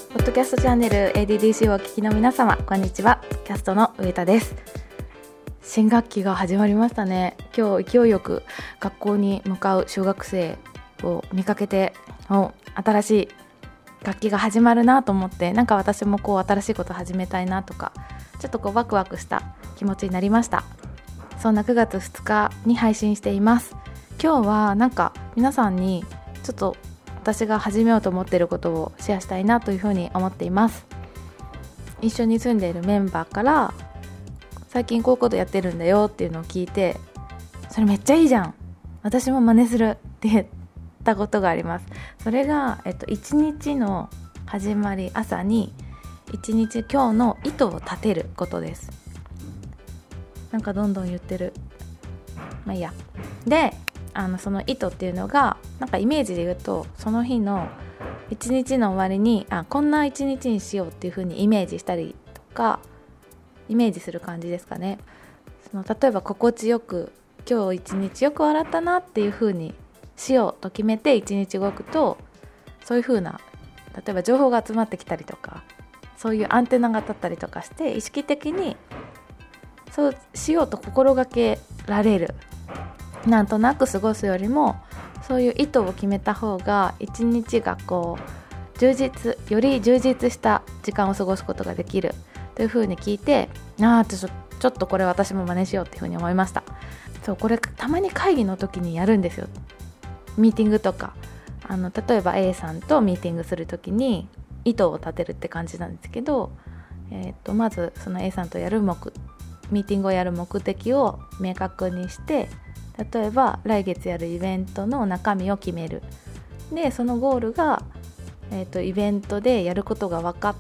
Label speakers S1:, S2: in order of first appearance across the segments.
S1: ポッドキャストチャンネル ADDC をお聞きの皆様、こんにちは。キャストの上田です。新学期が始まりましたね。今日勢いよく学校に向かう小学生を見かけて、新しい学期が始まるなと思って、なんか私も新しいこと始めたいなとか、ちょっとワクワクした気持ちになりました。そんな9月2日に配信しています。今日はなんか皆さんにちょっと私が始めようと思っていることをシェアしたいなというふうに思っています。一緒に住んでいるメンバーから最近こういうことやってるんだよっていうのを聞いて、それめっちゃいいじゃん、私も真似するって言ったことがあります。それが、一日の始まり、朝に一日今日の意図を立てることです。なんかどんどん言ってる、まあいいや。で、その意図っていうのがなんかイメージで言うと、その日の一日の終わりにこんな一日にしようっていう風にイメージしたりとか、イメージする感じですかね。例えば心地よく今日一日よく笑ったなっていう風にしようと決めて一日動くと、そういう風な例えば情報が集まってきたりとか、そういうアンテナが立ったりとかして、意識的にそうしようと心がけられる。なんとなく過ごすよりも、そういう意図を決めた方が一日がより充実した時間を過ごすことができるというふうに聞いて、ちょっとこれ私も真似しようっていうふうに思いました。そう、これたまに会議の時にやるんですよ。ミーティングとか、例えば A さんとミーティングする時に意図を立てるって感じなんですけど、まずその A さんとミーティングをやる目的を明確にして、例えば来月やるイベントの中身を決める。で、そのゴールが、イベントでやることが分かって、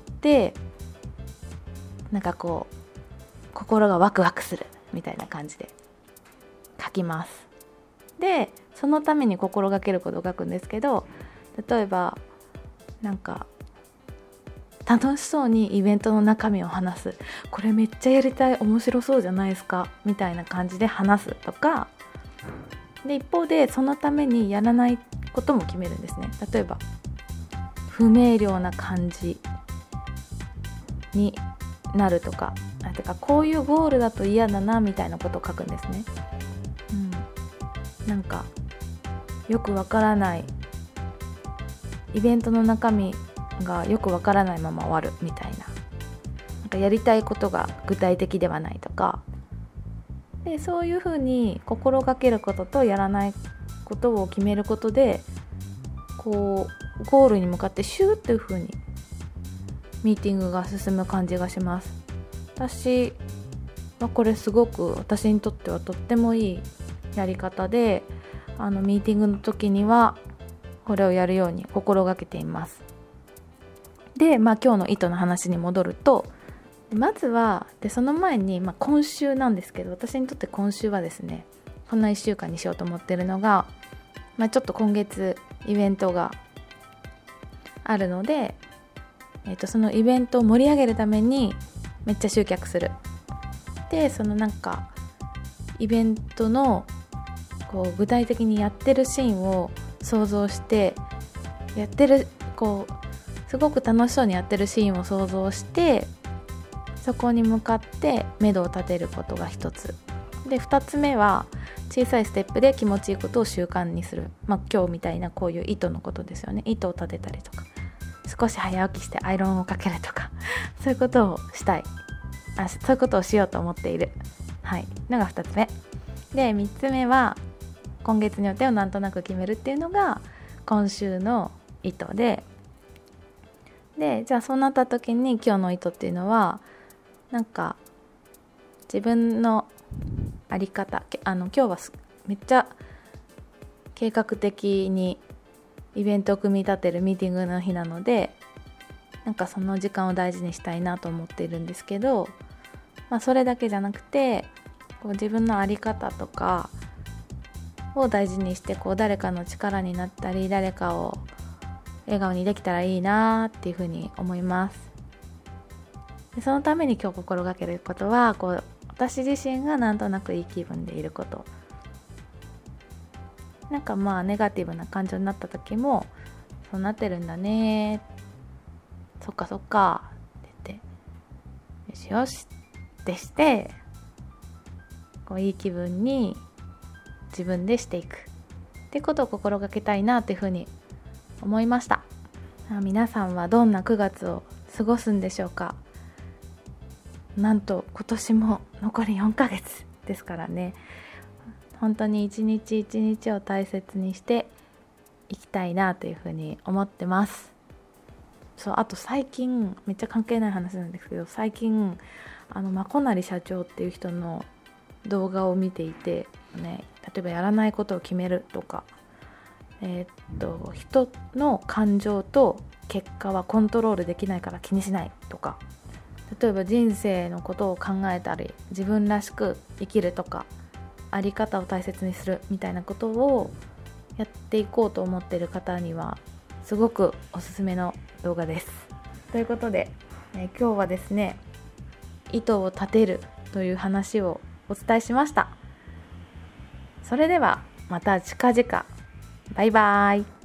S1: なんか心がワクワクするみたいな感じで書きます。で、そのために心がけることを書くんですけど、例えばなんか楽しそうにイベントの中身を話す、これめっちゃやりたい、面白そうじゃないですかみたいな感じで話すとかで、一方でそのためにやらないことも決めるんですね。例えば不明瞭な感じになるとか、こういうゴールだと嫌だなみたいなことを書くんですね。なんかよくわからない、イベントの中身がよくわからないまま終わるみたいな、なんかやりたいことが具体的ではないとかで、そういうふうに心がけることとやらないことを決めることで、ゴールに向かってシューっていうふうにミーティングが進む感じがします。私はこれすごく、私にとってはとってもいいやり方で、ミーティングの時にはこれをやるように心がけています。で、今日の意図の話に戻ると、まずはその前に、今週なんですけど、私にとって今週はですね、こんな1週間にしようと思ってるのが、ちょっと今月イベントがあるので、そのイベントを盛り上げるためにめっちゃ集客する。で、そのなんかイベントの具体的にやってるシーンを想像して、すごく楽しそうにやってるシーンを想像して、そこに向かって目処を立てることが一つで、2つ目は小さいステップで気持ちいいことを習慣にする。今日みたいなこういう意図のことですよね。意図を立てたりとか、少し早起きしてアイロンをかけるとかそういうことをしたい、そういうことをしようと思っている、のが2つ目で、3つ目は今月の予定をなんとなく決めるっていうのが今週の意図で、じゃあそうなった時に今日の意図っていうのは、なんか自分のあり方、今日はめっちゃ計画的にイベントを組み立てるミーティングの日なので、なんかその時間を大事にしたいなと思っているんですけど、それだけじゃなくて、自分のあり方とかを大事にして、誰かの力になったり、誰かを笑顔にできたらいいなっていうふうに思います。で、そのために今日心がけることは、私自身がなんとなくいい気分でいること。なんかネガティブな感情になった時も、そうなってるんだね、 そっかそっかって言って、よしよしってしてこういい気分に自分でしていくってことを心がけたいなっていうふうに思いました。皆さんはどんな9月を過ごすんでしょうか。なんと今年も残り4ヶ月ですからね、本当に一日一日を大切にしていきたいなというふうに思ってます。あと最近めっちゃ関係ない話なんですけど、最近まこなり社長っていう人の動画を見ていてね、例えばやらないことを決めるとか、人の感情と結果はコントロールできないから気にしないとか、例えば人生のことを考えたり自分らしく生きるとか、あり方を大切にするみたいなことをやっていこうと思っている方にはすごくおすすめの動画です。ということで、今日はですね、糸を立てるという話をお伝えしました。それではまた近々。バイバイ。